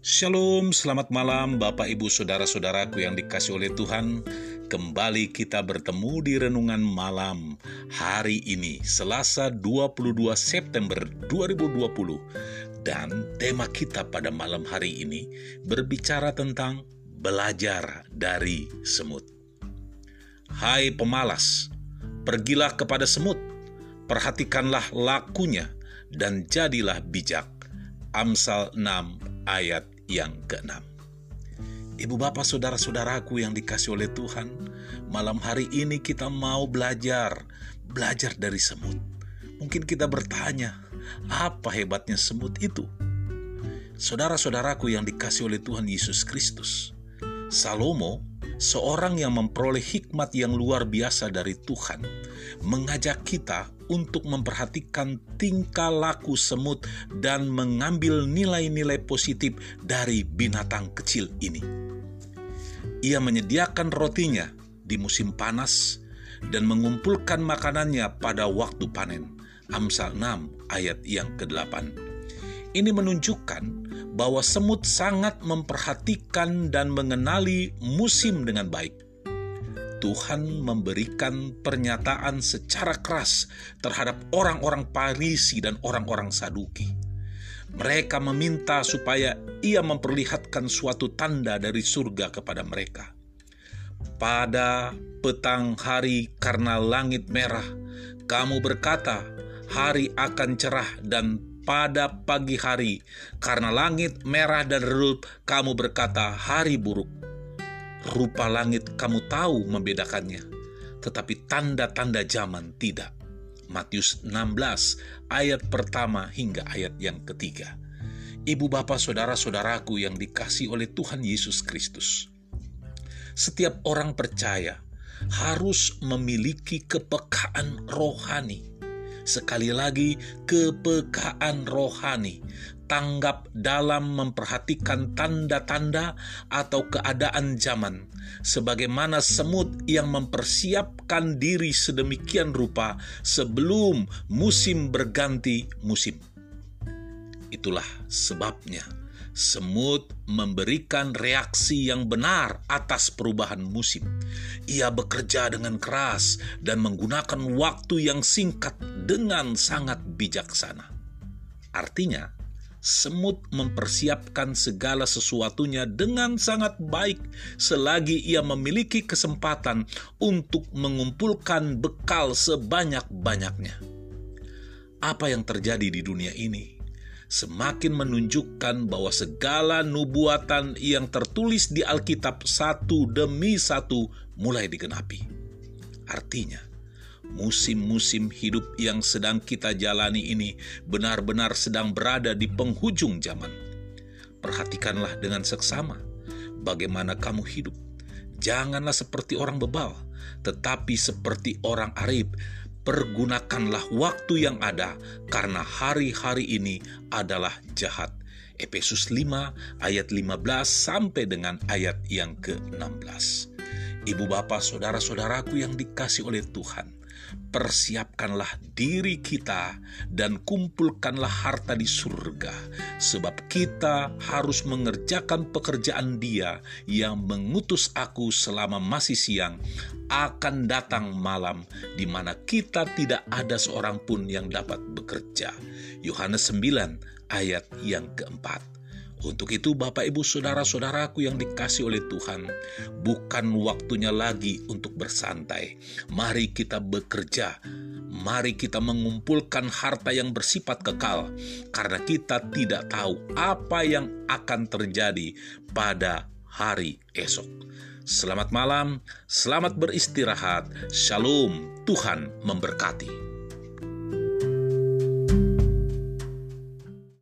Shalom, selamat malam Bapak Ibu Saudara-saudaraku yang dikasihi oleh Tuhan. Kembali kita bertemu di Renungan Malam hari ini, Selasa 22 September 2020. Dan tema kita pada malam hari ini berbicara tentang belajar dari semut. Hai pemalas, pergilah kepada semut, perhatikanlah lakunya dan jadilah bijak. Amsal 6 ayat yang ke-6. Ibu bapak saudara-saudaraku yang dikasihi oleh Tuhan, malam hari ini kita mau belajar dari semut. Mungkin kita bertanya, apa hebatnya semut itu? Saudara-saudaraku yang dikasihi oleh Tuhan Yesus Kristus, Salomo, seorang yang memperoleh hikmat yang luar biasa dari Tuhan, mengajak kita untuk memperhatikan tingkah laku semut dan mengambil nilai-nilai positif dari binatang kecil ini. Ia menyediakan rotinya di musim panas dan mengumpulkan makanannya pada waktu panen. Amsal 6 ayat yang ke-8. Ini menunjukkan bahwa semut sangat memperhatikan dan mengenali musim dengan baik. Tuhan memberikan pernyataan secara keras terhadap orang-orang Farisi dan orang-orang Saduki. Mereka meminta supaya ia memperlihatkan suatu tanda dari surga kepada mereka. Pada petang hari karena langit merah, kamu berkata, hari akan cerah, dan pada pagi hari karena langit merah dan redup, kamu berkata, hari buruk. Rupa langit kamu tahu membedakannya, tetapi tanda-tanda zaman tidak. Matius 16 ayat pertama hingga ayat yang ketiga. Ibu bapak saudara-saudaraku yang dikasihi oleh Tuhan Yesus Kristus, setiap orang percaya harus memiliki kepekaan rohani. Sekali lagi, kepekaan rohani, tanggap dalam memperhatikan tanda-tanda atau keadaan zaman, sebagaimana semut yang mempersiapkan diri sedemikian rupa sebelum musim berganti musim. Itulah sebabnya semut memberikan reaksi yang benar atas perubahan musim. Ia bekerja dengan keras dan menggunakan waktu yang singkat dengan sangat bijaksana. Artinya, semut mempersiapkan segala sesuatunya dengan sangat baik selagi ia memiliki kesempatan untuk mengumpulkan bekal sebanyak-banyaknya. Apa yang terjadi di dunia ini semakin menunjukkan bahwa segala nubuatan yang tertulis di Alkitab satu demi satu mulai digenapi. Artinya, musim-musim hidup yang sedang kita jalani ini benar-benar sedang berada di penghujung zaman. Perhatikanlah dengan seksama bagaimana kamu hidup. Janganlah seperti orang bebal, tetapi seperti orang arif. Pergunakanlah waktu yang ada, karena hari-hari ini adalah jahat. Efesus 5 ayat 15 sampai dengan ayat yang ke-16. Ibu bapak saudara-saudaraku yang dikasihi oleh Tuhan, persiapkanlah diri kita dan kumpulkanlah harta di surga, sebab kita harus mengerjakan pekerjaan Dia yang mengutus aku selama masih siang. Akan datang malam di mana kita tidak ada seorang pun yang dapat bekerja. Yohanes 9 ayat yang keempat. Untuk itu Bapak Ibu Saudara-saudaraku yang dikasihi oleh Tuhan, bukan waktunya lagi untuk bersantai. Mari kita bekerja, mari kita mengumpulkan harta yang bersifat kekal, karena kita tidak tahu apa yang akan terjadi pada hari esok. Selamat malam, selamat beristirahat, shalom, Tuhan memberkati.